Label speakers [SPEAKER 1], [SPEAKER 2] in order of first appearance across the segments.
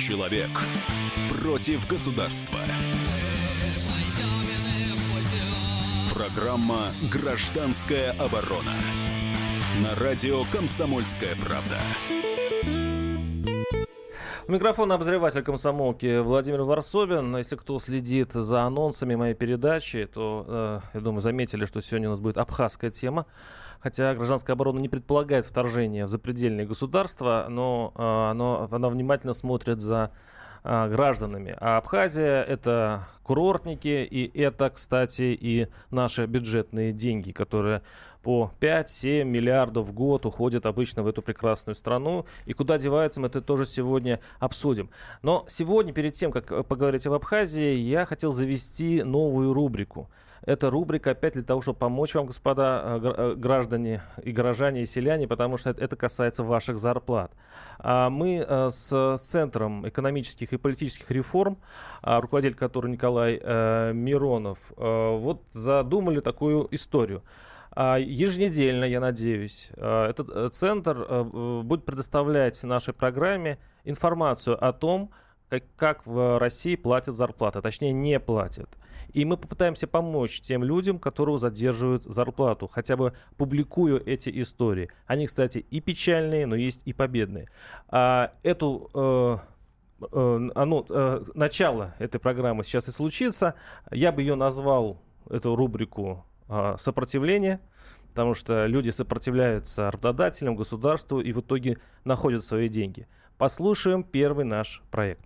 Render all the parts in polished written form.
[SPEAKER 1] Человек против государства. Программа «Гражданская оборона» на радио «Комсомольская правда».
[SPEAKER 2] У микрофона обозреватель комсомолки Владимир Варсобин. Если кто следит за анонсами моей передачи, то, я думаю, заметили, что сегодня у нас будет абхазская тема. Хотя гражданская оборона не предполагает вторжение в запредельные государства, но она внимательно смотрит за гражданами. А Абхазия — это курортники, и это, кстати, и наши бюджетные деньги, которые по 5-7 миллиардов в год уходят обычно в эту прекрасную страну. И куда деваются, мы это тоже сегодня обсудим. Но сегодня, перед тем, как поговорить об Абхазии, я хотел завести новую рубрику. Эта рубрика опять для того, чтобы помочь вам, господа граждане и горожане, и селяне, потому что это касается ваших зарплат. Мы с Центром экономических и политических реформ, руководитель которого Николай Миронов, вот задумали такую историю. Еженедельно, я надеюсь, этот центр будет предоставлять нашей программе информацию о том, как в России платят зарплаты, точнее не платят. И мы попытаемся помочь тем людям, которые задерживают зарплату, хотя бы публикуя эти истории. Они, кстати, и печальные, но есть и победные. Начало этой программы сейчас и случится. Я бы ее назвал, эту рубрику, «Сопротивление», потому что люди сопротивляются работодателям, государству и в итоге находят свои деньги. Послушаем первый наш проект.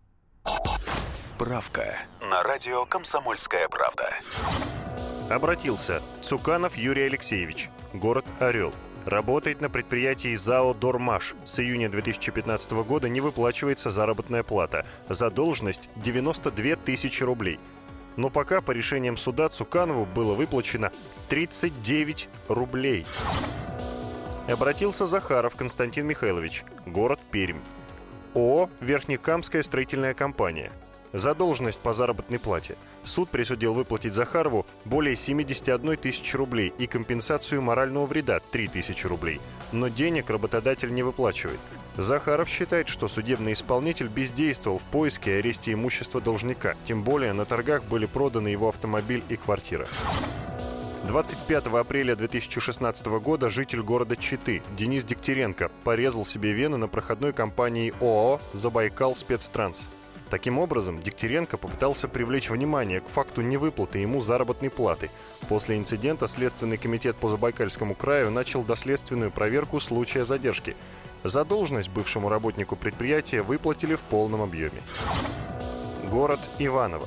[SPEAKER 1] Справка на радио «Комсомольская правда».
[SPEAKER 3] Обратился Цуканов Юрий Алексеевич, город Орел. Работает на предприятии ЗАО «Дормаш». С июня 2015 года не выплачивается заработная плата. Задолженность 92 тысячи рублей. Но пока по решениям суда Цуканову было выплачено 39 рублей. Обратился Захаров Константин Михайлович, город Пермь. ООО «Верхнекамская строительная компания». Задолженность по заработной плате. Суд присудил выплатить Захарову более 71 тысячи рублей и компенсацию морального вреда 3 тысячи рублей. Но денег работодатель не выплачивает. Захаров считает, что судебный исполнитель бездействовал в поиске и аресте имущества должника. Тем более на торгах были проданы его автомобиль и квартира. 25 апреля 2016 года житель города Читы Денис Дегтяренко порезал себе вены на проходной компании ОАО «Забайкал Спецтранс». Таким образом, Дегтяренко попытался привлечь внимание к факту невыплаты ему заработной платы. После инцидента Следственный комитет по Забайкальскому краю начал доследственную проверку случая задержки. Задолженность бывшему работнику предприятия выплатили в полном объеме. Город Иваново.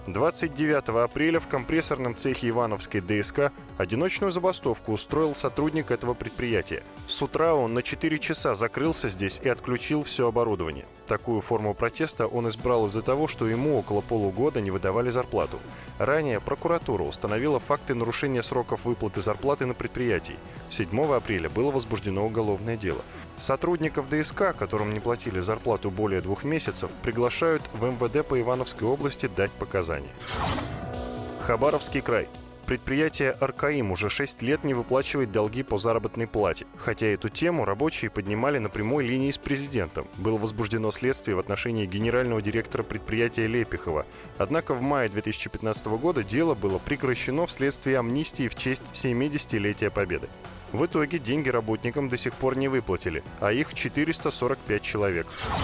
[SPEAKER 3] 29 апреля в компрессорном цехе Ивановской ДСК одиночную забастовку устроил сотрудник этого предприятия. С утра он на 4 часа закрылся здесь и отключил все оборудование. Такую форму протеста он избрал из-за того, что ему около полугода не выдавали зарплату. Ранее прокуратура установила факты нарушения сроков выплаты зарплаты на предприятии. 7 апреля было возбуждено уголовное дело. Сотрудников ДСК, которым не платили зарплату более 2 месяцев, приглашают в МВД по Ивановской области дать показания. Хабаровский край. Предприятие «Аркаим» уже 6 лет не выплачивает долги по заработной плате. Хотя эту тему рабочие поднимали на прямой линии с президентом. Было возбуждено следствие в отношении генерального директора предприятия Лепихова. Однако в мае 2015 года дело было прекращено вследствие амнистии в честь 70-летия Победы. В итоге деньги работникам до сих пор не выплатили, а их 445 человек.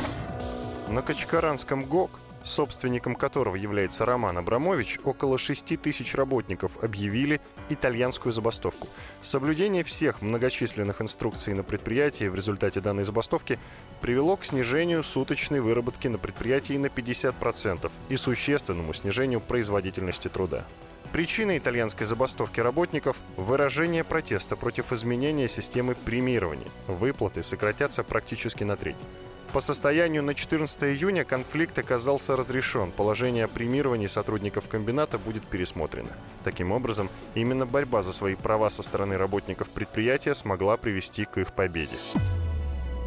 [SPEAKER 3] На Качкаранском ГОК, собственником которого является Роман Абрамович, около 6 тысяч работников объявили итальянскую забастовку. Соблюдение всех многочисленных инструкций на предприятии в результате данной забастовки привело к снижению суточной выработки на предприятии на 50% и существенному снижению производительности труда. Причина итальянской забастовки работников – выражение протеста против изменения системы премирования. Выплаты сократятся практически на треть. По состоянию на 14 июня конфликт оказался разрешен. Положение о премировании сотрудников комбината будет пересмотрено. Таким образом, именно борьба за свои права со стороны работников предприятия смогла привести к их победе.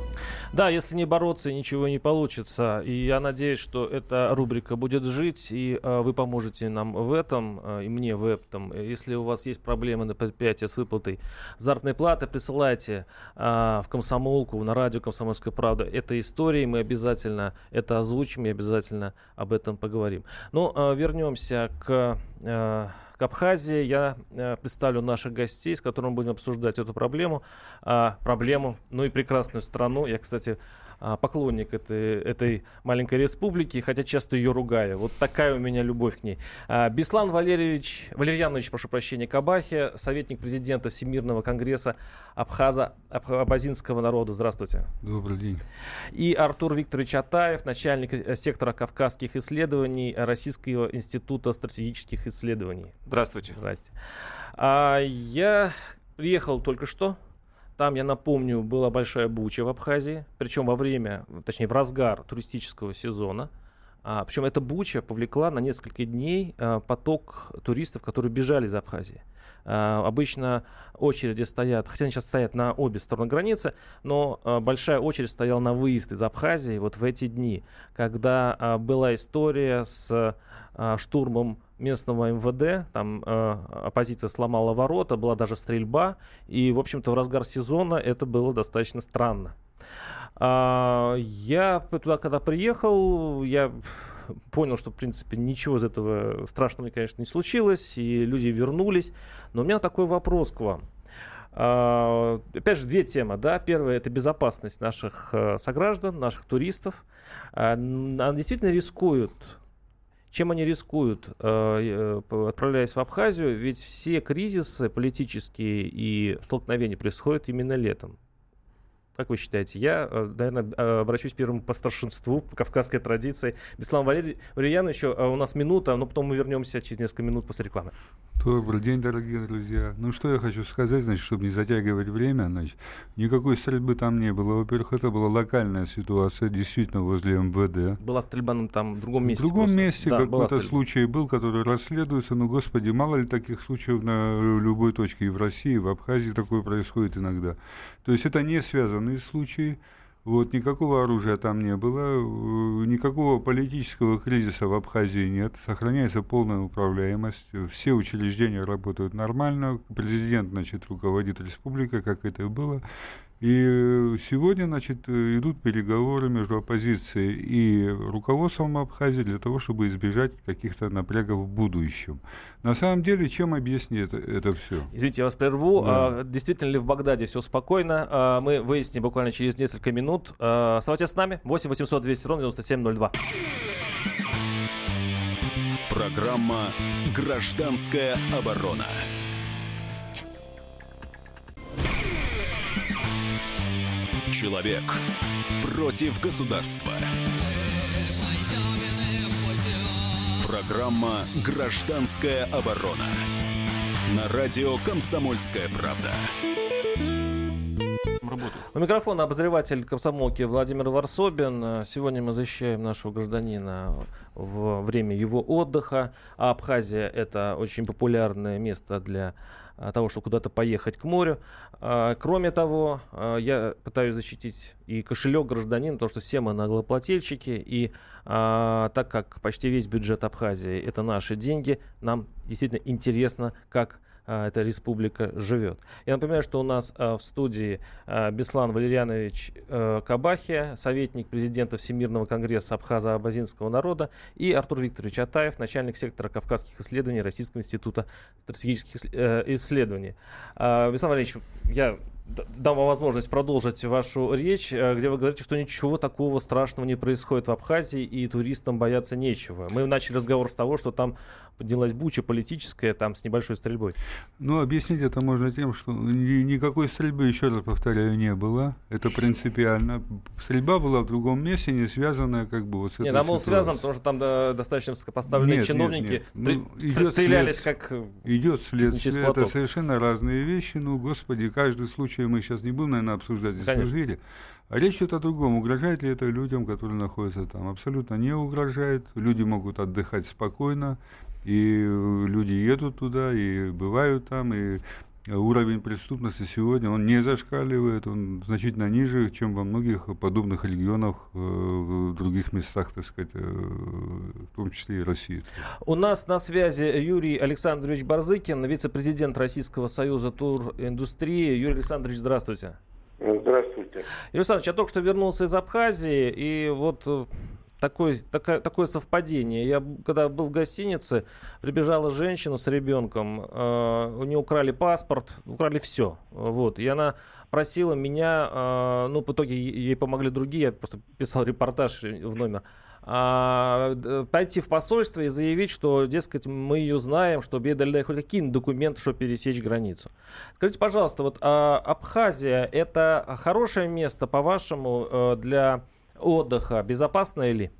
[SPEAKER 2] Да, если не бороться, ничего не получится. И я надеюсь, что эта рубрика будет жить, и вы поможете нам в этом, и мне в этом. Если у вас есть проблемы на предприятии с выплатой заработной платы, присылайте в комсомолку, на радио «Комсомольская правда» этой истории. Мы обязательно это озвучим и обязательно об этом поговорим. Но вернемся к Абхазии. Я представлю наших гостей, с которыми будем обсуждать эту проблему, ну и прекрасную страну. Я, кстати, поклонник этой маленькой республики, хотя часто ее ругаю. Вот такая у меня любовь к ней. Беслан Валерьянович, прошу прощения, Кабахи, советник президента Всемирного конгресса абхазинского народа. Здравствуйте.
[SPEAKER 4] Добрый день. И
[SPEAKER 2] Артур Викторович Атаев, начальник сектора кавказских исследований Российского института стратегических исследований.
[SPEAKER 5] Здравствуйте.
[SPEAKER 2] Здрасте. Я приехал только что. Там, я напомню, была большая буча в Абхазии, причем в разгар туристического сезона. Причем эта буча повлекла на несколько дней поток туристов, которые бежали из Абхазии. Обычно очереди стоят, хотя они сейчас стоят на обе стороны границы, но большая очередь стояла на выезд из Абхазии вот в эти дни, когда была история с штурмом местного МВД, там оппозиция сломала ворота, была даже стрельба, и, в общем-то, в разгар сезона это было достаточно странно. Я туда, когда приехал, я понял, что, в принципе, ничего из этого страшного, конечно, не случилось, и люди вернулись. Но у меня такой вопрос к вам. Опять же, две темы. Да? Первая — это безопасность наших сограждан, наших туристов. Они действительно рискуют. Чем они рискуют, отправляясь в Абхазию? Ведь все кризисы политические и столкновения происходят именно летом. Как вы считаете? Я, наверное, обращусь первым по старшинству, по кавказской традиции. Беслан Валерьянович, у нас минута, но потом мы вернемся через несколько минут после рекламы.
[SPEAKER 4] Добрый день, дорогие друзья. Ну, что я хочу сказать, значит, чтобы не затягивать время, значит, никакой стрельбы там не было. Во-первых, это была локальная ситуация, действительно, возле МВД.
[SPEAKER 2] Была стрельба там в другом месте.
[SPEAKER 4] В другом месте,
[SPEAKER 2] да,
[SPEAKER 4] какой-то случай был, который расследуется. Ну, господи, мало ли таких случаев на любой точке и в России, и в Абхазии такое происходит иногда. То есть это не связанные случаи. Вот, никакого оружия там не было, никакого политического кризиса в Абхазии нет, сохраняется полная управляемость, все учреждения работают нормально, президент, значит, руководит республикой, как это и было. И сегодня, значит, идут переговоры между оппозицией и руководством Абхазии для того, чтобы избежать каких-то напрягов в будущем. На самом деле, чем объяснить это все?
[SPEAKER 2] Извините, я вас прерву.
[SPEAKER 4] Да.
[SPEAKER 2] Действительно ли в Багдаде все спокойно? Мы выясним буквально через несколько минут. Оставайтесь с нами. 8 800 200 ровно 9702.
[SPEAKER 1] Программа «Гражданская оборона». Человек против государства. Программа «Гражданская оборона». На радио «Комсомольская правда».
[SPEAKER 2] У микрофона обозреватель комсомолки Владимир Варсобин. Сегодня мы защищаем нашего гражданина во время его отдыха. А Абхазия — это очень популярное место для того, чтобы куда-то поехать к морю. Кроме того, я пытаюсь защитить и кошелек гражданина, потому что все мы налогоплательщики, и так как почти весь бюджет Абхазии — это наши деньги, нам действительно интересно, как эта республика живет. Я напоминаю, что у нас в студии Беслан Валерьянович Кабахи, советник президента Всемирного конгресса абхазо-абазинского народа, и Артур Викторович Атаев, начальник сектора кавказских исследований Российского института стратегических исследований. Беслан Валерьевич, я дам вам возможность продолжить вашу речь, где вы говорите, что ничего такого страшного не происходит в Абхазии и туристам бояться нечего. Мы начали разговор с того, что там поднялась буча политическая, там с небольшой стрельбой.
[SPEAKER 4] Ну, объяснить это можно тем, что никакой стрельбы, еще раз повторяю, не было. Это принципиально. Стрельба была в другом месте, не связанная как бы вот с этой
[SPEAKER 2] Нет, она была
[SPEAKER 4] ситуацией.
[SPEAKER 2] связана, потому что там достаточно высокопоставленные чиновники
[SPEAKER 4] нет.
[SPEAKER 2] стрелялись как...
[SPEAKER 4] Идет следствие, это
[SPEAKER 2] платок.
[SPEAKER 4] совершенно разные вещи. Ну, господи, каждый случай мы сейчас не будем, наверное, обсуждать здесь в эфире. А речь идет о другом. Угрожает ли это людям, которые находятся там? Абсолютно не угрожает. Люди могут отдыхать спокойно. И люди едут туда, и бывают там, и уровень преступности сегодня, он не зашкаливает, он значительно ниже, чем во многих подобных регионах в других местах, так сказать, в том числе и России.
[SPEAKER 2] У нас на связи Юрий Александрович Барзыкин, вице-президент Российского союза туриндустрии. Юрий Александрович, здравствуйте.
[SPEAKER 5] Здравствуйте.
[SPEAKER 2] Юрий Александрович, я только что вернулся из Абхазии, и вот такое совпадение. Я, когда был в гостинице, прибежала женщина с ребенком, у нее украли паспорт, украли все. Вот. И она просила меня, в итоге ей помогли другие, я просто писал репортаж в номер, пойти в посольство и заявить, что, дескать, мы ее знаем, чтобы ей дали хоть какие-нибудь документы, чтобы пересечь границу. Скажите, пожалуйста, вот Абхазия — это хорошее место, по-вашему, для отдыха? Безопасное ли?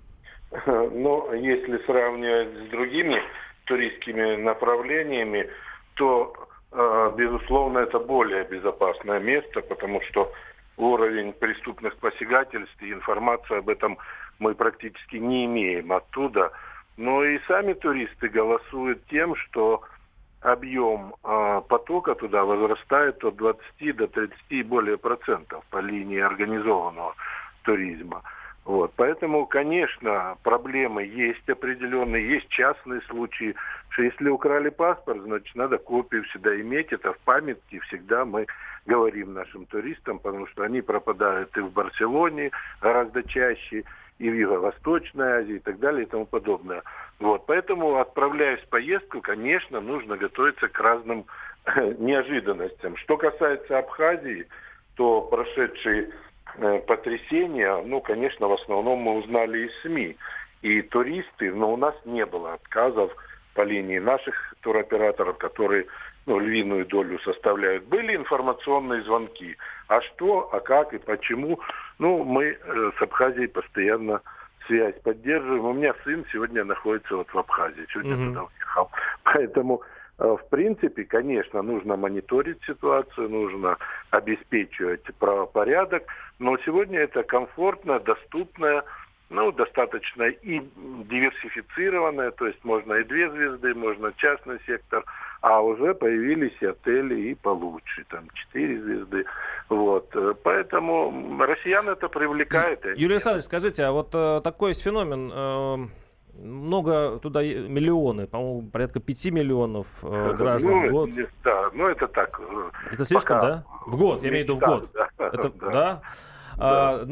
[SPEAKER 5] Ну, если сравнивать с другими туристскими направлениями, то, безусловно, это более безопасное место, потому что уровень преступных посягательств и информацию об этом мы практически не имеем оттуда. Но и сами туристы голосуют тем, что объем потока туда возрастает от 20 до 30 и более процентов по линии организованного туризма. Вот. Поэтому, конечно, проблемы есть определенные, есть частные случаи, что если украли паспорт, значит, надо копию всегда иметь, это в памятке всегда мы говорим нашим туристам, потому что они пропадают и в Барселоне гораздо чаще, и в Юго-Восточной Азии и так далее и тому подобное. Вот. Поэтому, отправляясь в поездку, конечно, нужно готовиться к разным неожиданностям. Что касается Абхазии, то прошедшие потрясения, конечно, в основном мы узнали из СМИ. И туристы, но у нас не было отказов по линии наших туроператоров, которые львиную долю составляют. Были информационные звонки. А что, а как и почему? Мы с Абхазией постоянно связь поддерживаем. У меня сын сегодня находится в Абхазии. Сегодня туда уехал. Поэтому, в принципе, конечно, нужно мониторить ситуацию, нужно обеспечивать правопорядок. Но сегодня это комфортно, доступно, достаточно и диверсифицированное, то есть можно и 2 звезды, можно частный сектор, а уже появились и отели и получше, 4 звезды. Вот. Поэтому россиян это привлекает.
[SPEAKER 2] Юрий Александрович, скажите, а вот такой есть феномен, много туда, миллионы, по-моему, порядка 5 миллионов граждан в год.
[SPEAKER 5] Да, это так.
[SPEAKER 2] Это слишком, да? В год, я имею в виду в год. Это, да? Да.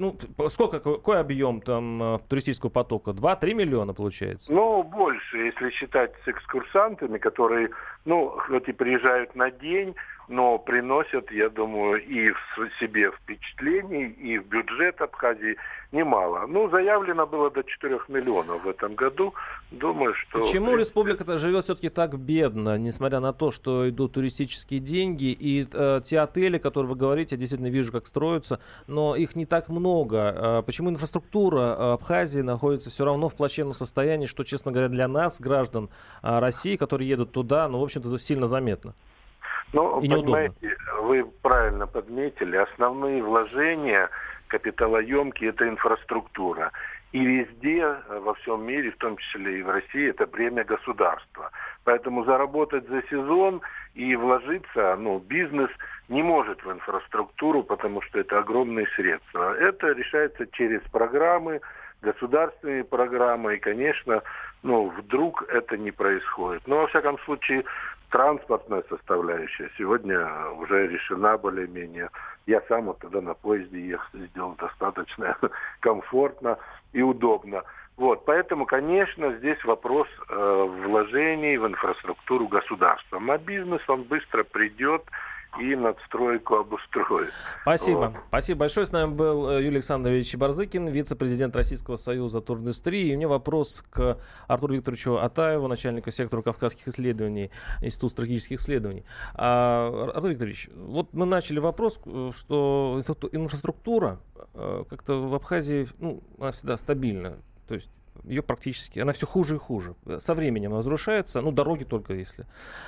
[SPEAKER 2] Какой объем там туристического потока? 2-3 миллиона получается?
[SPEAKER 5] Больше, если считать с экскурсантами, которые, хоть и приезжают на день, но приносят, я думаю, и в себе впечатлений, и в бюджет Абхазии немало. Заявлено было до 4 миллионов в этом году. Думаю, что...
[SPEAKER 2] Почему республика живет все-таки так бедно, несмотря на то, что идут туристические деньги, и те отели, которые вы говорите, я действительно вижу, как строятся, но их не так много. Почему инфраструктура Абхазии находится все равно в плачевном состоянии, что, честно говоря, для нас, граждан России, которые едут туда, в общем-то, сильно заметно?
[SPEAKER 5] Понимаете, вы правильно подметили, основные вложения капиталоемкие – это инфраструктура. И везде, во всем мире, в том числе и в России, это бремя государства. Поэтому заработать за сезон и вложиться, бизнес не может в инфраструктуру, потому что это огромные средства. Это решается через программы, государственные программы, и, конечно, вдруг это не происходит. Но, во всяком случае, транспортная составляющая сегодня уже решена более-менее. Я сам тогда на поезде ездил достаточно комфортно и удобно. Поэтому, конечно, здесь вопрос вложений в инфраструктуру государства. А бизнес, он быстро придет и надстройку обустроит.
[SPEAKER 2] Спасибо. Спасибо большое. С нами был Юрий Александрович Барзыкин, вице-президент Российского союза туриндустрии. И у меня вопрос к Артуру Викторовичу Атаеву, начальнику сектора кавказских исследований, Института стратегических исследований. Артур Викторович, мы начали вопрос, что инфраструктура как-то в Абхазии, она всегда стабильна. То есть ее практически, она все хуже и хуже. Со временем она разрушается, дороги только если.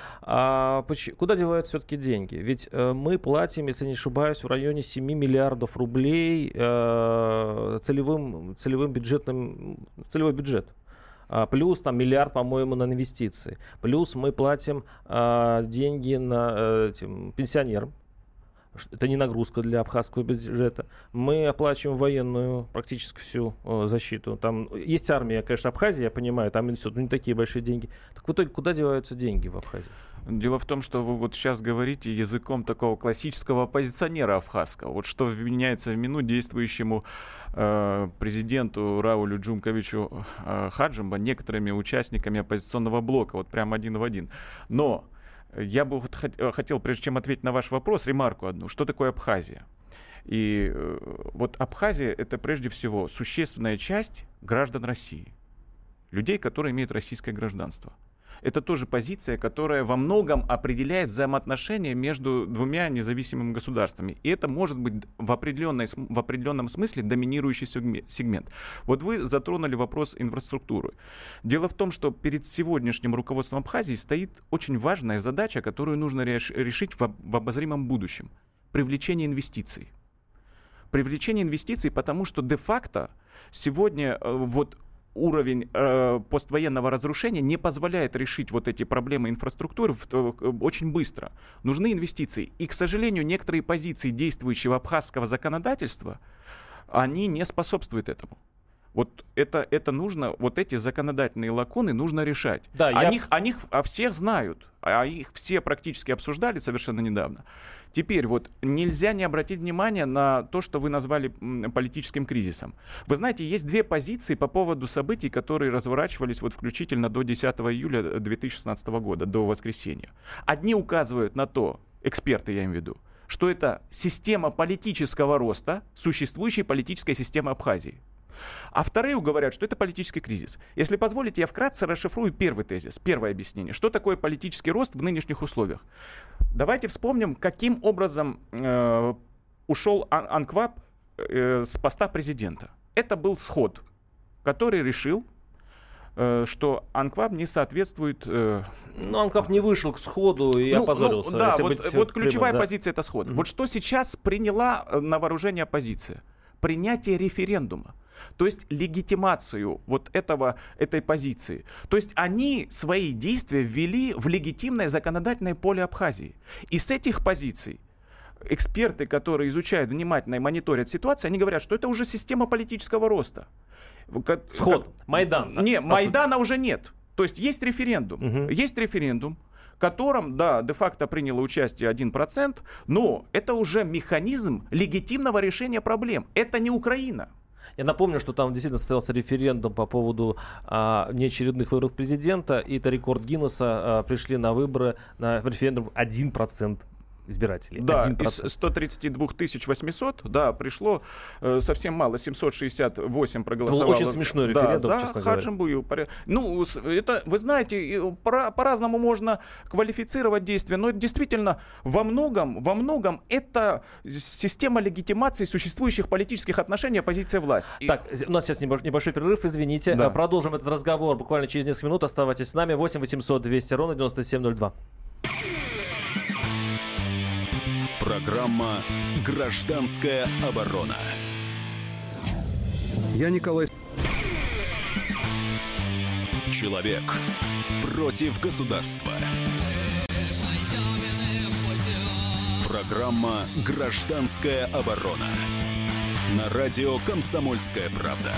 [SPEAKER 2] Куда деваются все-таки деньги? Ведь мы платим, если не ошибаюсь, в районе 7 миллиардов рублей целевой бюджет Плюс там миллиард, по-моему, на инвестиции. Плюс мы платим деньги пенсионерам. Это не нагрузка для абхазского бюджета. Мы оплачиваем военную практически всю защиту. Там есть армия, конечно, Абхазии, я понимаю, там инвестируют, но не такие большие деньги. Так в итоге куда деваются деньги в Абхазии?
[SPEAKER 6] Дело в том, что вы вот сейчас говорите языком такого классического оппозиционера абхазского. Вот что вменяется в вину действующему президенту Раулю Джумковичу Хаджимба некоторыми участниками оппозиционного блока. Вот прям один в один. Но я бы хотел, прежде чем ответить на ваш вопрос, ремарку одну. Что такое Абхазия? И вот Абхазия — это прежде всего существенная часть граждан России. Людей, которые имеют российское гражданство. Это тоже позиция, которая во многом определяет взаимоотношения между двумя независимыми государствами. И это может быть в определенном смысле доминирующий сегмент. Вот вы затронули вопрос инфраструктуры. Дело в том, что перед сегодняшним руководством Абхазии стоит очень важная задача, которую нужно решить в обозримом будущем. Привлечение инвестиций. Привлечение инвестиций, потому что де-факто сегодня уровень поствоенного разрушения не позволяет решить вот эти проблемы инфраструктуры очень быстро. Нужны инвестиции. И, к сожалению, некоторые позиции действующего абхазского законодательства, они не способствуют этому. Вот это нужно, вот эти законодательные лакуны нужно решать. Да, о них всех знают, а их все практически обсуждали совершенно недавно. Теперь вот нельзя не обратить внимание на то, что вы назвали политическим кризисом. Вы знаете, есть две позиции по поводу событий, которые разворачивались вот включительно до 10 июля 2016 года, до воскресенья. Одни указывают на то, эксперты я имею в виду, что это система политического роста существующей политической системы Абхазии. А вторые говорят, что это политический кризис. Если позволите, я вкратце расшифрую первый тезис, первое объяснение. Что такое политический рост в нынешних условиях? Давайте вспомним, каким образом ушел Анкваб с поста президента. Это был сход, который решил, что Анкваб не соответствует...
[SPEAKER 2] Анкваб не вышел к сходу и опозорился.
[SPEAKER 6] Да, вот ключевая позиция — это сход. Вот что сейчас приняла на вооружение оппозиция? Принятие референдума. То есть легитимацию вот этой позиции. То есть они свои действия ввели в легитимное законодательное поле Абхазии. И с этих позиций эксперты, которые изучают внимательно и мониторят ситуацию, они говорят, что это уже система политического роста.
[SPEAKER 2] Сход. Майдан.
[SPEAKER 6] Не, Майдана уже нет. То есть есть референдум. Есть референдум, в котором, да, де-факто приняло участие 1%, но это уже механизм легитимного решения проблем. Это не Украина.
[SPEAKER 2] Я напомню, что там действительно состоялся референдум по поводу неочередных выборов президента, и это рекорд Гиннесса. Пришли на выборы, на референдум 1% избирателей.
[SPEAKER 6] Да, 1%. Из 132 800, да, пришло совсем мало, 768 проголосовало.
[SPEAKER 2] Это был очень смешной референдум,
[SPEAKER 6] да,
[SPEAKER 2] честно
[SPEAKER 6] говоря. Хаджимбу. Ну, это, вы знаете, по-разному можно квалифицировать действия, но действительно во многом это система легитимации существующих политических отношений оппозиция-власть.
[SPEAKER 2] Так, у нас сейчас небольшой перерыв, извините. Да. Продолжим этот разговор буквально через несколько минут. Оставайтесь с нами. 8 800 200 ровно 9702.
[SPEAKER 1] Программа «Гражданская оборона».
[SPEAKER 7] Я Николай.
[SPEAKER 1] Человек против государства. Программа «Гражданская оборона». На радио «Комсомольская правда».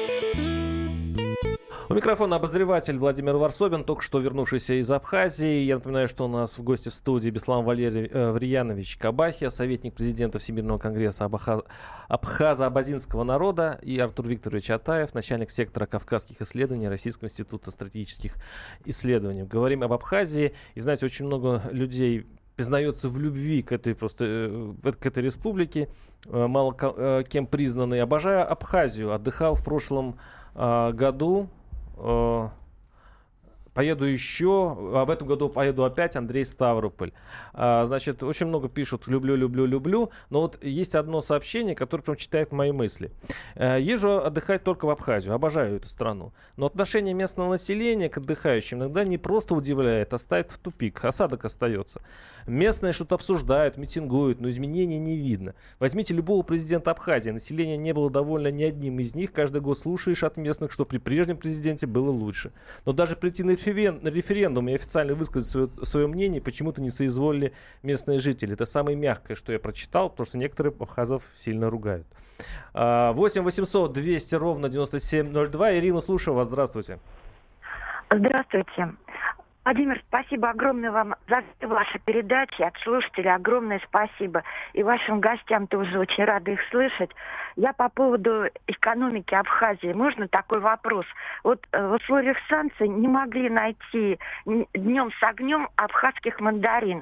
[SPEAKER 2] У микрофона обозреватель Владимир Варсобин, только что вернувшийся из Абхазии. Я напоминаю, что у нас в гости в студии Беслан Валерьянович Кабахия, советник президента Всемирного конгресса абхазо-абазинского народа, и Артур Викторович Атаев, начальник сектора кавказских исследований Российского института стратегических исследований. Говорим об Абхазии, и, знаете, очень много людей признается в любви к этой республике, мало кем признанный. Обожаю Абхазию, отдыхал в прошлом году. Поеду еще, а в этом году поеду опять, Андрей, Ставрополь. Значит, очень много пишут люблю, но вот есть одно сообщение, которое прям читает мои мысли. Езжу отдыхать только в Абхазию, обожаю эту страну. Но отношение местного населения к отдыхающим иногда не просто удивляет, а ставит в тупик. Осадок остается. Местные что-то обсуждают, митингуют, но изменений не видно. Возьмите любого президента Абхазии. Население не было довольно ни одним из них. Каждый год слушаешь от местных, что при прежнем президенте было лучше. Но даже прийти на референдум и официально высказать свое мнение почему-то не соизволили местные жители. Это самое мягкое, что я прочитал, потому что некоторые абхазов сильно ругают. 8 800 200 ровно 9702. Ирина, слушаю вас. Здравствуйте.
[SPEAKER 7] Здравствуйте. Владимир, спасибо огромное вам за ваши передачи. От слушателей огромное спасибо. И вашим гостям тоже очень рада их слышать. Я по поводу экономики Абхазии. Можно такой вопрос? Вот в условиях санкций не могли найти днем с огнем абхазских мандарин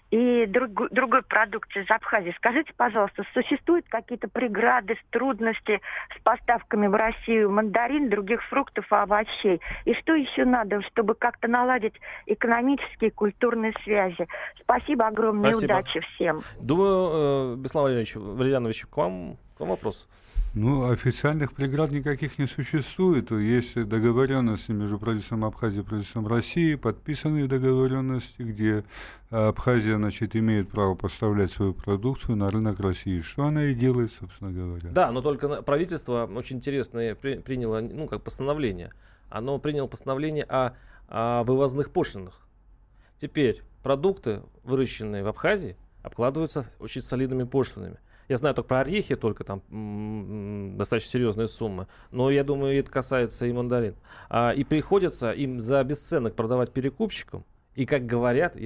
[SPEAKER 7] и другой продукции из Абхазии. Скажите, пожалуйста, существуют какие-то преграды, трудности с поставками в Россию мандарин, других фруктов и овощей? И что еще надо, чтобы как-то наладить экономические и культурные связи? Спасибо огромное.
[SPEAKER 2] Спасибо.
[SPEAKER 7] И удачи всем.
[SPEAKER 2] Думаю, Беслан Валерьянович, к вам вопрос.
[SPEAKER 4] Ну, официальных преград никаких не существует. Есть договоренности между правительством Абхазии и правительством России, подписанные договоренности, где Абхазия, значит, имеет право поставлять свою продукцию на рынок России, что она и делает, собственно говоря.
[SPEAKER 2] Да, но только правительство очень интересное приняло, постановление. Оно приняло постановление о вывозных пошлинах. Теперь продукты, выращенные в Абхазии, обкладываются очень солидными пошлинами. Я знаю только про орехи, только там достаточно серьезные суммы. Но я думаю, это касается и мандарин. И приходится им за бесценок продавать перекупщикам. И, как говорят,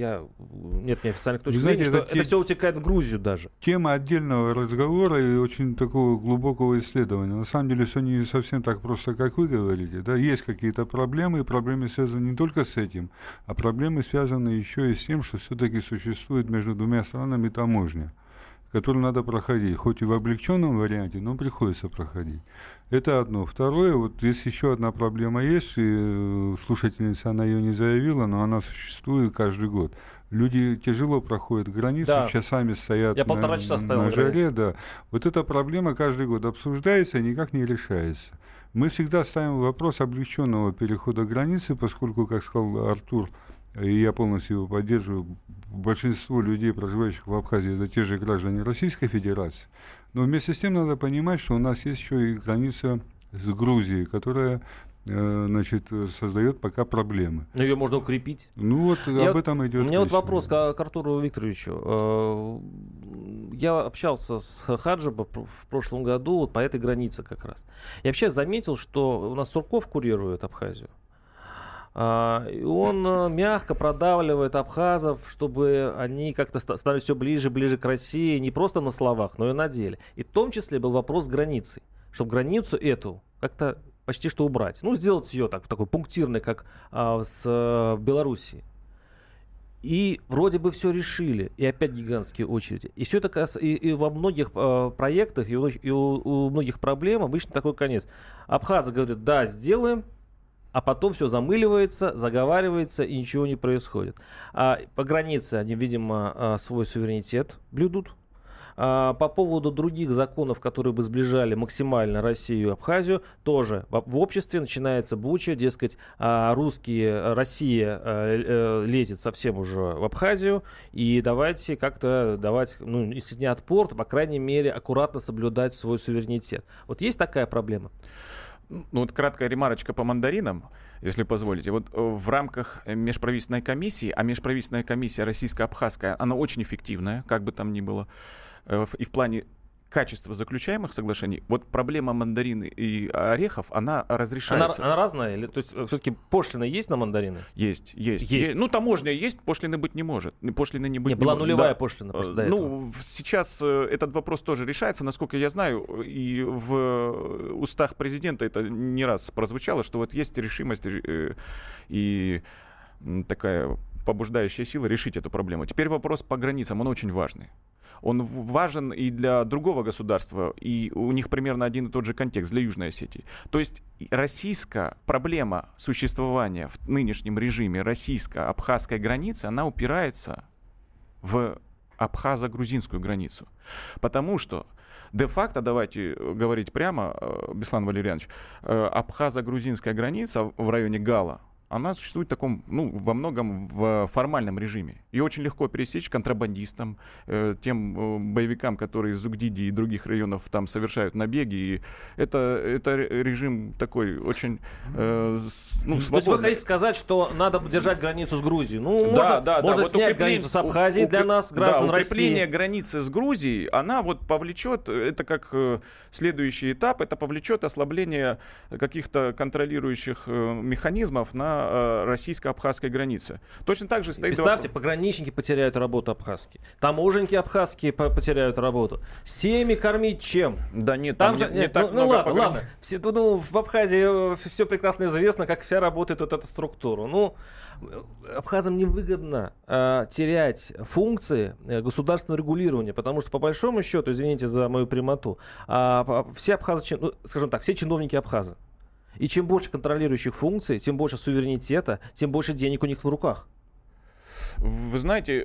[SPEAKER 2] нет неофициальных точек зрения, что это все утекает в Грузию даже.
[SPEAKER 4] Тема отдельного разговора и очень такого глубокого исследования. На самом деле все не совсем так просто, как вы говорите. Да? Есть какие-то проблемы, и проблемы связаны не только с этим, а проблемы связаны еще и с тем, что все-таки существует между двумя странами таможня, которую надо проходить, хоть и в облегченном варианте, но приходится проходить. Это одно. Второе, вот здесь еще одна проблема есть, и слушательница, она ее не заявила, но она существует каждый год. Люди тяжело проходят границу,
[SPEAKER 2] да.
[SPEAKER 4] Часами стоят на жаре. Да. Вот эта проблема каждый год обсуждается и никак не решается. Мы всегда ставим вопрос облегченного перехода границы, поскольку, как сказал Артур, и я полностью его поддерживаю, большинство людей, проживающих в Абхазии, это те же граждане Российской Федерации. Но вместе с тем надо понимать, что у нас есть еще и граница с Грузией, которая, значит, создает пока проблемы.
[SPEAKER 2] Но ее можно укрепить.
[SPEAKER 4] Ну вот об этом идет речь.
[SPEAKER 2] У меня вот вопрос к Артуру Викторовичу. Я общался с Хаджибом в прошлом году вот по этой границе как раз. Я вообще заметил, что у нас Сурков курирует Абхазию. Он мягко продавливает абхазов, чтобы они как-то стали все ближе к России, не просто на словах, но и на деле. И в том числе был вопрос с границей, чтобы границу эту как-то почти что убрать. Ну, сделать ее такой пунктирной, как с Белоруссией. И вроде бы все решили, и опять гигантские очереди. И все это и во многих проектах, и у многих проблем обычно такой конец. Абхазы говорят, да, сделаем, а потом все замыливается, заговаривается, и ничего не происходит. По границе они, видимо, свой суверенитет блюдут. По поводу других законов, которые бы сближали максимально Россию и Абхазию, тоже в обществе начинается буча, дескать, Россия лезет совсем уже в Абхазию, и давайте как-то давать, если не отпор, то, по крайней мере, аккуратно соблюдать свой суверенитет. Вот есть такая проблема?
[SPEAKER 6] Ну вот краткая ремарочка по мандаринам, если позволите. Вот в рамках межправительственной комиссии, а межправительственная комиссия российско-абхазская, она очень эффективная, как бы там ни было, и в плане качества заключаемых соглашений, вот проблема мандарин и орехов, она разрешается.
[SPEAKER 2] Она разная? То есть все-таки пошлины есть на мандарины?
[SPEAKER 6] Есть. Ну, таможня есть, пошлины быть не может. Пошлины не быть не
[SPEAKER 2] была
[SPEAKER 6] может.
[SPEAKER 2] Нулевая пошлина просто до этого.
[SPEAKER 6] Сейчас этот вопрос тоже решается. Насколько я знаю, и в устах президента это не раз прозвучало, что вот есть решимость и такая побуждающая сила решить эту проблему. Теперь вопрос по границам, он очень важный. Он важен и для другого государства, и у них примерно один и тот же контекст для Южной Осетии. То есть российская проблема существования в нынешнем режиме российско-абхазской границы, она упирается в абхазо-грузинскую границу. Потому что де-факто, давайте говорить прямо, Беслан Валерьянович, абхазо-грузинская граница в районе Гала, она существует в таком, во многом в формальном режиме. Ее очень легко пересечь контрабандистам, тем боевикам, которые из Зугдиди и других районов там совершают набеги. И это режим такой очень свободный.
[SPEAKER 2] То есть вы хотите сказать, что надо держать границу с Грузией?
[SPEAKER 6] Можно
[SPEAKER 2] вот снять границу с Абхазией для нас, граждан России.
[SPEAKER 6] Укрепление границы с Грузией, она вот повлечет, это как следующий этап, это повлечет ослабление каких-то контролирующих механизмов на российско-абхазской границе. Точно так же стоит...
[SPEAKER 2] Представьте, пограничники потеряют работу абхазские, таможенники абхазские потеряют работу. Семьи кормить чем?
[SPEAKER 6] Да нет, там же не так много...
[SPEAKER 2] Ладно. В Абхазии все прекрасно известно, как вся работает вот эта структура. Абхазам невыгодно терять функции государственного регулирования, потому что, по большому счету, извините за мою прямоту, все абхазы, скажем так, все чиновники абхазы. И чем больше контролирующих функций, тем больше суверенитета, тем больше денег у них в руках.
[SPEAKER 6] Вы знаете,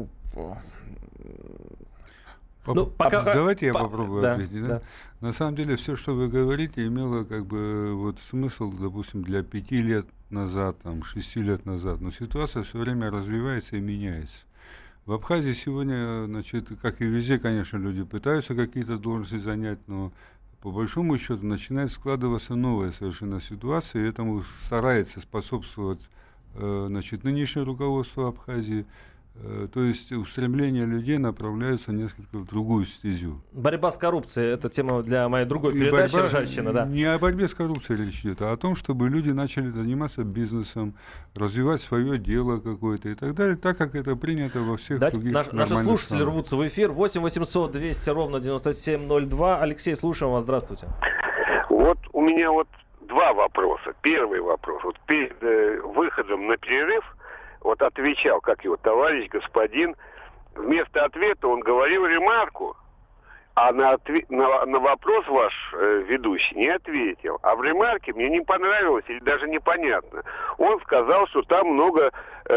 [SPEAKER 4] давайте я попробую ответить. Да? На самом деле, все, что вы говорите, имело смысл, допустим, для 5 лет назад, 6 лет назад. Но ситуация все время развивается и меняется. В Абхазии сегодня, как и везде, конечно, люди пытаются какие-то должности занять, но по большому счету начинает складываться новая совершенно ситуация, и этому старается способствовать нынешнее руководство Абхазии. То есть устремления людей направляются несколько в другую стезю.
[SPEAKER 2] Борьба с коррупцией — это тема для моей другой передачи «Ржавчина». Да.
[SPEAKER 4] Не о борьбе с коррупцией речь идет, а о том, чтобы люди начали заниматься бизнесом, развивать свое дело какое-то и так далее, так как это принято во всех других нормальных
[SPEAKER 2] Наши слушатели
[SPEAKER 4] странах.
[SPEAKER 2] рвутся в эфир. 8 800 200 ровно 9702. Алексей, слушаем вас. Здравствуйте.
[SPEAKER 8] У меня два вопроса. Первый вопрос. Перед выходом на перерыв отвечал, товарищ, господин, вместо ответа он говорил ремарку, а на вопрос ваш ведущий не ответил. А в ремарке мне не понравилось или даже непонятно. Он сказал, что там много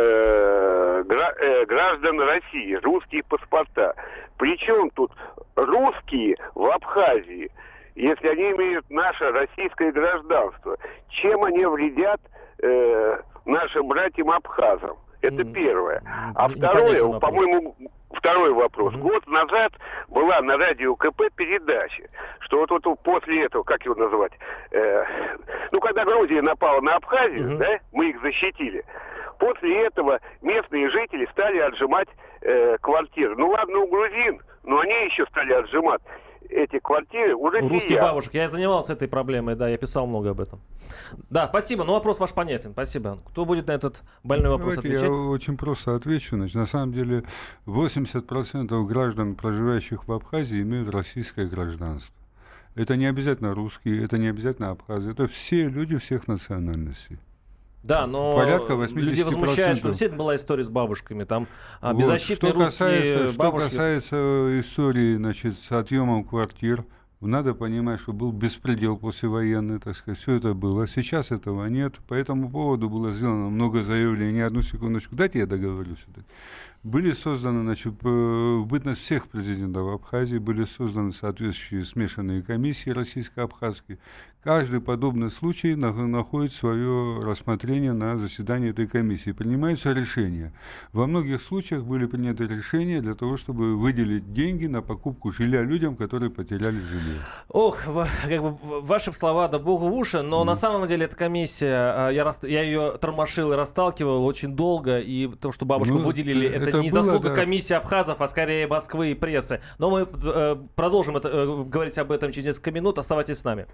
[SPEAKER 8] граждан России, русские паспорта. Причем тут русские в Абхазии, если они имеют наше российское гражданство? Чем они вредят нашим братьям-абхазам? Это первое. А второе, по-моему, второй вопрос. Год назад была на радио КП передача, что после этого, как его называть, когда Грузия напала на Абхазию, мы их защитили. После этого местные жители стали отжимать квартиры. Ладно, у грузин, но они еще стали отжимать эти квартиры у россиян.
[SPEAKER 2] Русских бабушек. Я занимался этой проблемой, я писал много об этом. Да, спасибо, вопрос ваш понятен, спасибо. Кто будет на этот больной вопрос отвечать?
[SPEAKER 4] Я очень просто отвечу. На самом деле 80% граждан, проживающих в Абхазии, имеют российское гражданство. Это не обязательно русские, это не обязательно абхазы, это все люди всех национальностей.
[SPEAKER 2] Да, но люди возмущают, что действительно была история с бабушками. Там беззащитные русские бабушки.
[SPEAKER 4] Что касается истории, с отъемом квартир, надо понимать, что был беспредел послевоенный, все это было. Сейчас этого нет. По этому поводу было сделано много заявлений. Не одну секундочку. Дайте я договорю все-таки. Были созданы, в бытность всех президентов Абхазии, были созданы соответствующие смешанные комиссии российско-абхазские. Каждый подобный случай находит свое рассмотрение на заседании этой комиссии. Принимаются решения. Во многих случаях были приняты решения для того, чтобы выделить деньги на покупку жилья людям, которые потеряли жилье.
[SPEAKER 2] Ваши слова, да богу в уши, но на самом деле эта комиссия, я ее тормошил и расталкивал очень долго, и то, что бабушку выделили, это не заслуга комиссии абхазов, а скорее Москвы и прессы. Но мы продолжим говорить об этом через несколько минут. Оставайтесь с нами.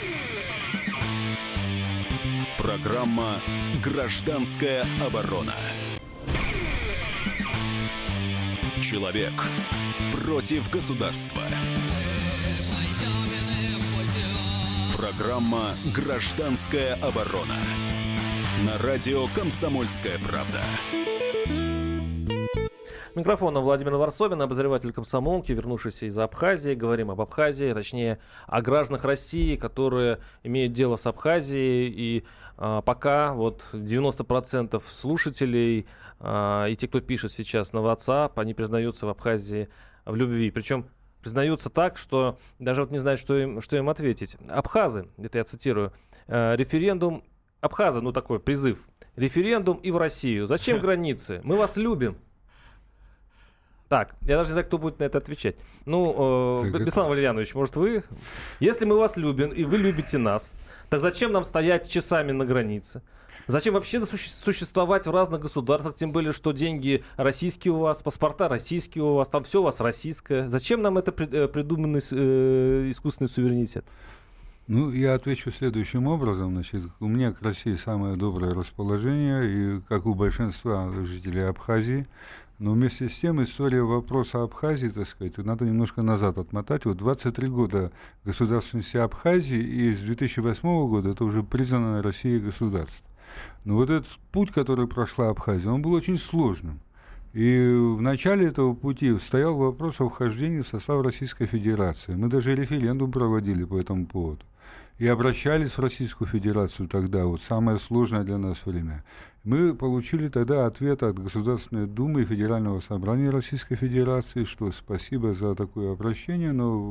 [SPEAKER 1] Программа «Гражданская оборона». Человек против государства. Программа «Гражданская оборона». На радио «Комсомольская правда».
[SPEAKER 2] Микрофон Владимир Варсобин, обозреватель комсомолки, вернувшийся из Абхазии. Говорим об Абхазии, точнее о гражданах России, которые имеют дело с Абхазией. И пока вот 90% слушателей и те, кто пишет сейчас на WhatsApp, они признаются в Абхазии в любви. Причем признаются так, что даже вот не знают, что им ответить. Абхазы, это я цитирую, референдум Абхаза, ну такой призыв. Референдум и в Россию. Зачем границы? Мы вас любим. Так, я даже не знаю, кто будет на это отвечать. Беслан Валерьянович, может вы? Если мы вас любим, и вы любите нас, так зачем нам стоять часами на границе? Зачем вообще существовать в разных государствах, тем более, что деньги российские у вас, паспорта российские у вас, там все у вас российское. Зачем нам это придуманный искусственный суверенитет?
[SPEAKER 4] Я отвечу следующим образом. Значит, у меня к России самое доброе расположение, и как у большинства жителей Абхазии. Но вместе с тем история вопроса Абхазии, так сказать, надо немножко назад отмотать. Вот 23 года государственности Абхазии, и с 2008 года это уже признанное Россией государство. Но вот этот путь, который прошла Абхазия, он был очень сложным. И в начале этого пути стоял вопрос о вхождении в состав Российской Федерации. Мы даже референдум проводили по этому поводу. И обращались в Российскую Федерацию тогда, вот самое сложное для нас время. Мы получили тогда ответ от Государственной Думы и Федерального собрания Российской Федерации, что спасибо за такое обращение,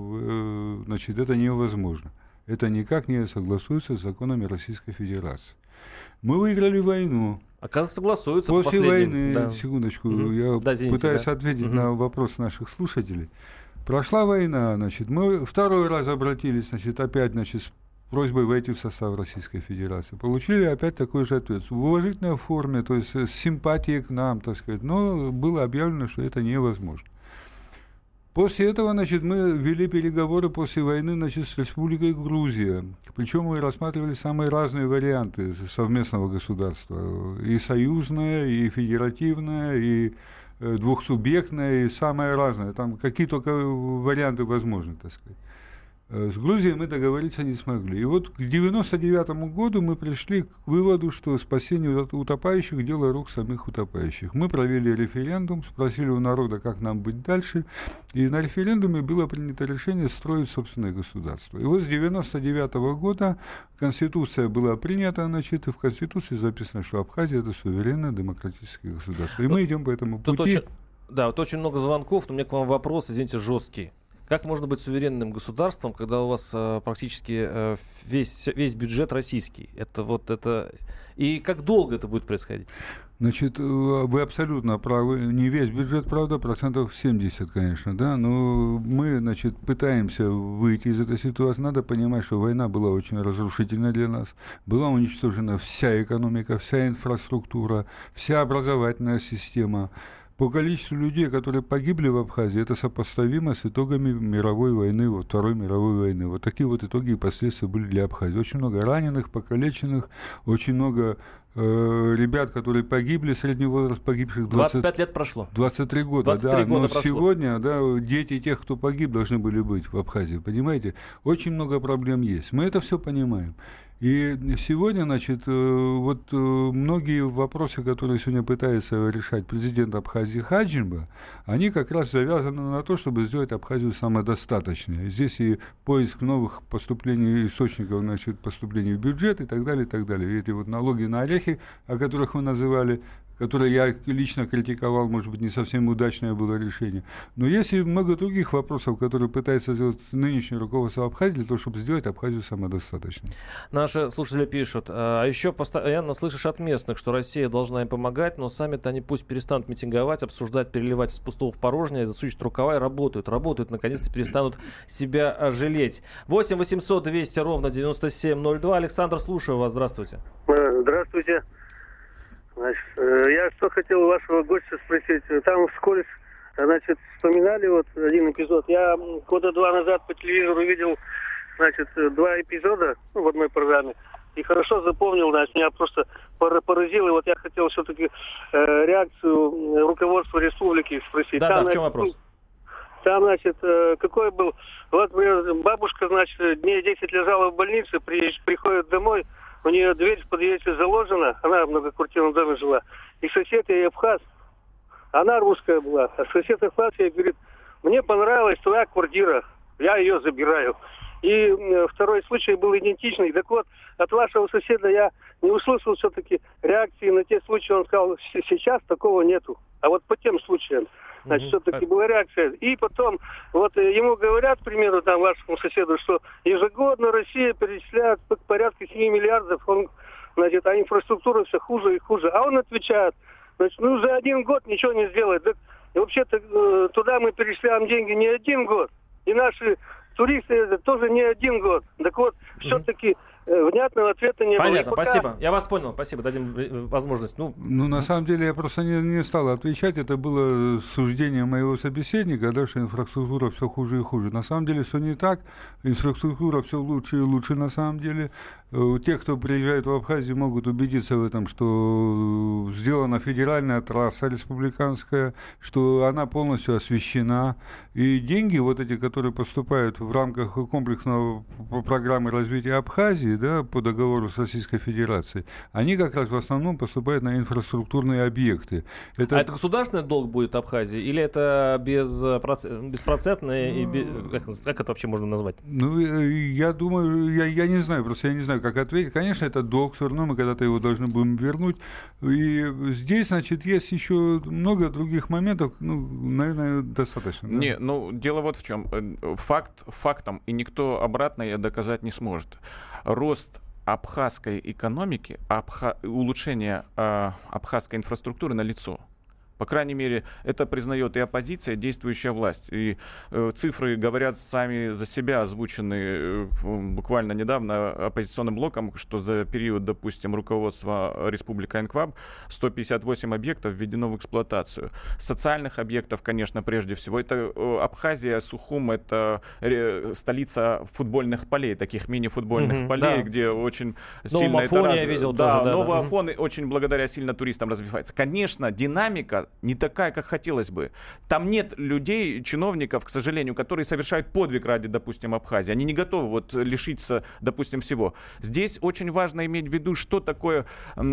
[SPEAKER 4] но это невозможно. Это никак не согласуется с законами Российской Федерации. Мы выиграли войну.
[SPEAKER 2] Оказывается, согласуются.
[SPEAKER 4] После войны, секундочку, я пытаюсь ответить на вопрос наших слушателей. Прошла война, мы второй раз обратились, опять, с просьбой войти в состав Российской Федерации. Получили опять такой же ответ. В уважительной форме, то есть с симпатией к нам, так сказать, но было объявлено, что это невозможно. После этого, мы вели переговоры после войны, с Республикой Грузия. Причем мы рассматривали самые разные варианты совместного государства. И союзное, и федеративное, и двухсубъектное, и самое разное. Там какие только варианты возможны, так сказать. С Грузией мы договориться не смогли. И вот к 1999 году мы пришли к выводу, что спасение утопающих – дело рук самих утопающих. Мы провели референдум, спросили у народа, как нам быть дальше. И на референдуме было принято решение строить собственное государство. И вот с 1999 года Конституция была принята, и в Конституции записано, что Абхазия – это суверенное демократическое государство. И мы идем по этому пути.
[SPEAKER 2] Очень много звонков, но у меня к вам вопрос, извините, жесткий. Как можно быть суверенным государством, когда у вас практически весь бюджет российский? И как долго это будет происходить?
[SPEAKER 4] Вы абсолютно правы. Не весь бюджет, правда, 70%, конечно, да. Но мы, пытаемся выйти из этой ситуации. Надо понимать, что война была очень разрушительна для нас. Была уничтожена вся экономика, вся инфраструктура, вся образовательная система. По количеству людей, которые погибли в Абхазии, это сопоставимо с итогами мировой войны, Второй мировой войны. Вот такие вот итоги и последствия были для Абхазии. Очень много раненых, покалеченных, очень много ребят, которые погибли, средний возраст погибших
[SPEAKER 2] 25 лет прошло.
[SPEAKER 4] 23 года,
[SPEAKER 2] 23 года прошло.
[SPEAKER 4] Сегодня, дети тех, кто погиб, должны были быть в Абхазии, понимаете? Очень много проблем есть. Мы это все понимаем. И сегодня, многие вопросы, которые сегодня пытается решать президент Абхазии Хаджимба, они как раз завязаны на то, чтобы сделать Абхазию самодостаточной. Здесь и поиск новых источников поступлений в бюджет и так далее, и так далее. И эти налоги на орехи, о которых вы называли, которые я лично критиковал, может быть, не совсем удачное было решение. Но есть и много других вопросов, которые пытается сделать нынешнее руководство Абхазии для того, чтобы сделать Абхазию самодостаточной.
[SPEAKER 2] Наши слушатели пишут, а еще постоянно слышишь от местных, что Россия должна им помогать, но сами-то они пусть перестанут митинговать, обсуждать, переливать из пустого в порожнее, засучат рукава и работают, наконец-то перестанут себя жалеть. 8 800 200 ровно 9702. Александр, слушаю вас, здравствуйте.
[SPEAKER 9] Здравствуйте. Я что хотел у вашего гостя спросить. Там вскользь, вспоминали один эпизод. Я года 2 назад по телевизору видел, 2 эпизода в одной программе. И хорошо запомнил, меня просто поразило. И я хотел все-таки реакцию руководства республики спросить.
[SPEAKER 2] Да, в чем вопрос?
[SPEAKER 9] Там, какой был... бабушка, дней 10 лежала в больнице, приходит домой, у нее дверь в подъезде заложена, она в многоквартирном доме жила, и сосед ей абхаз, она русская была, а сосед абхаз ей говорит, мне понравилась твоя квартира, я ее забираю. И второй случай был идентичный. Так вот, от вашего соседа я не услышал все-таки реакции на те случаи. Он сказал, сейчас такого нету. А вот по тем случаям, значит, все-таки была реакция. И потом, вот ему говорят, к примеру, там, вашему соседу, что ежегодно Россия перечисляет порядка 7 миллиардов, значит, а инфраструктура все хуже и хуже. А он отвечает, значит, ну, за 1 год ничего не сделает. Так, и вообще-то туда мы перечисляем деньги не 1 год. И наши туристы это тоже не 1 год. Так вот, все-таки внятного ответа не было.
[SPEAKER 2] Понятно, спасибо. Я вас понял, спасибо. Дадим возможность. Ну,
[SPEAKER 4] на самом деле, я просто не стал отвечать. Это было суждение моего собеседника, да, что инфраструктура все хуже и хуже. На самом деле все не так. Инфраструктура все лучше и лучше на самом деле. Те, кто приезжает в Абхазию, могут убедиться в этом, что сделана федеральная трасса республиканская, что она полностью освещена. И деньги, вот эти, которые поступают в рамках комплексной программы развития Абхазии, да, по договору с Российской Федерацией, они как раз в основном поступают на инфраструктурные объекты.
[SPEAKER 2] А это государственный долг будет Абхазии или это беспроцентный? И как это вообще можно назвать?
[SPEAKER 4] Ну, я думаю, я не знаю, просто я не знаю, как ответить. Конечно, это долг, все равно мы когда-то его должны будем вернуть. И здесь, значит, есть еще много других моментов, ну, наверное, достаточно. Да?
[SPEAKER 6] Не, ну, дело вот в чем. Факт фактом, и никто обратно доказать не сможет. Рост абхазской экономики, улучшение абхазской инфраструктуры налицо. По крайней мере, это признает и оппозиция, и действующая власть. И цифры говорят сами за себя, озвученные буквально недавно оппозиционным блоком, что за период, допустим, руководства Республика Энкваб 158 объектов введено в эксплуатацию. Социальных объектов, конечно, прежде всего. Это Абхазия, Сухум, это столица футбольных полей, таких мини-футбольных полей, где очень сильно это
[SPEAKER 2] я видел
[SPEAKER 6] да,
[SPEAKER 2] тоже.
[SPEAKER 6] Новый Афон очень благодаря сильно туристам развивается. Конечно, динамика не такая, как хотелось бы. Там нет людей, чиновников, к сожалению, которые совершают подвиг ради, допустим, Абхазии. Они не готовы вот лишиться, допустим, всего. Здесь очень важно иметь в виду, что такое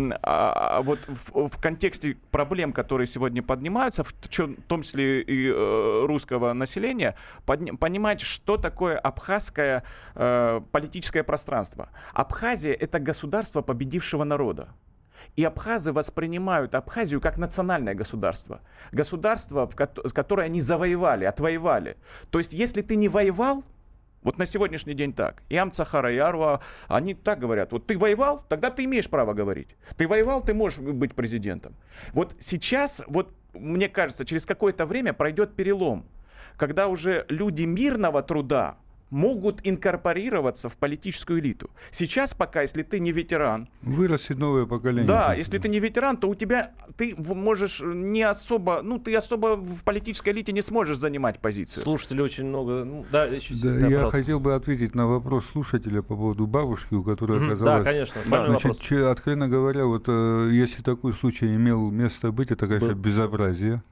[SPEAKER 6] вот в контексте проблем, которые сегодня поднимаются, в том числе и русского населения, понимать, что такое абхазское политическое пространство. Абхазия — это государство победившего народа. И абхазы воспринимают Абхазию как национальное государство. Государство, которое они завоевали, отвоевали. То есть, если ты не воевал, вот на сегодняшний день так. И Амцахара, и Аруа, они так говорят. Вот ты воевал, тогда ты имеешь право говорить. Ты воевал, ты можешь быть президентом. Вот сейчас, вот мне кажется, через какое-то время пройдет перелом, когда уже люди мирного труда могут инкорпорироваться в политическую элиту. Сейчас пока, если ты не ветеран...
[SPEAKER 4] Вырастет новое поколение.
[SPEAKER 6] Да, если ты не ветеран, то у тебя... Ты можешь не особо... Ну, ты особо в политической элите не сможешь занимать позицию.
[SPEAKER 2] Слушателей очень много.
[SPEAKER 4] Да, я хотел бы ответить на вопрос слушателя по поводу бабушки, у которой оказалось...
[SPEAKER 2] Да, конечно.
[SPEAKER 4] Значит, откровенно говоря, вот если такой случай имел место быть, это, конечно, безобразие.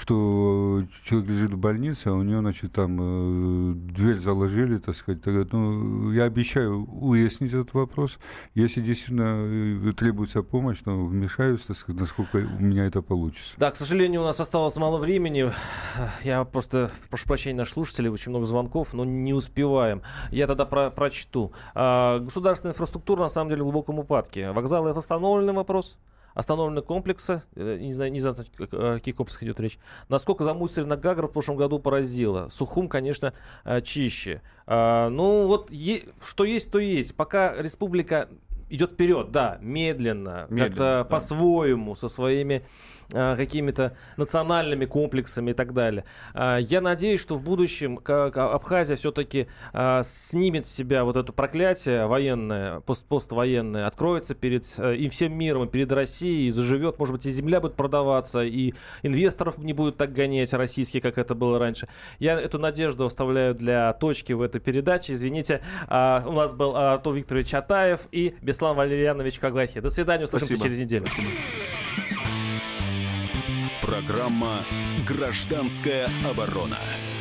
[SPEAKER 4] Что человек лежит в больнице, а у него, значит, там дверь заложили, так сказать. Ну, я обещаю уяснить этот вопрос. Если действительно требуется помощь, то вмешаюсь, так сказать, насколько у меня это получится.
[SPEAKER 2] Да, к сожалению, у нас осталось мало времени. Я просто прошу прощения наших слушателей, очень много звонков, но не успеваем. Я тогда прочту. Государственная инфраструктура на самом деле в глубоком упадке. Вокзалы — это восстановленный вопрос. Остановлены комплексы, не знаю, о каких комплексах идет речь. Насколько замусорено Гагров в прошлом году поразило. Сухум, конечно, чище. Ну вот, что есть, то есть. Пока республика идет вперед, да, медленно. Как-то по-своему, со своими какими-то национальными комплексами и так далее. Я надеюсь, что в будущем Абхазия все-таки снимет с себя вот это проклятие военное, поствоенное, откроется перед и всем миром, и перед Россией, и заживет. Может быть, и земля будет продаваться, и инвесторов не будут так гонять российские, как это было раньше. Я эту надежду оставляю для точки в этой передаче. Извините, у нас был Артур Викторович Атаев и Беслан Валерьянович Каглахи. До свидания, услышимся через неделю.
[SPEAKER 1] Программа «Гражданская оборона».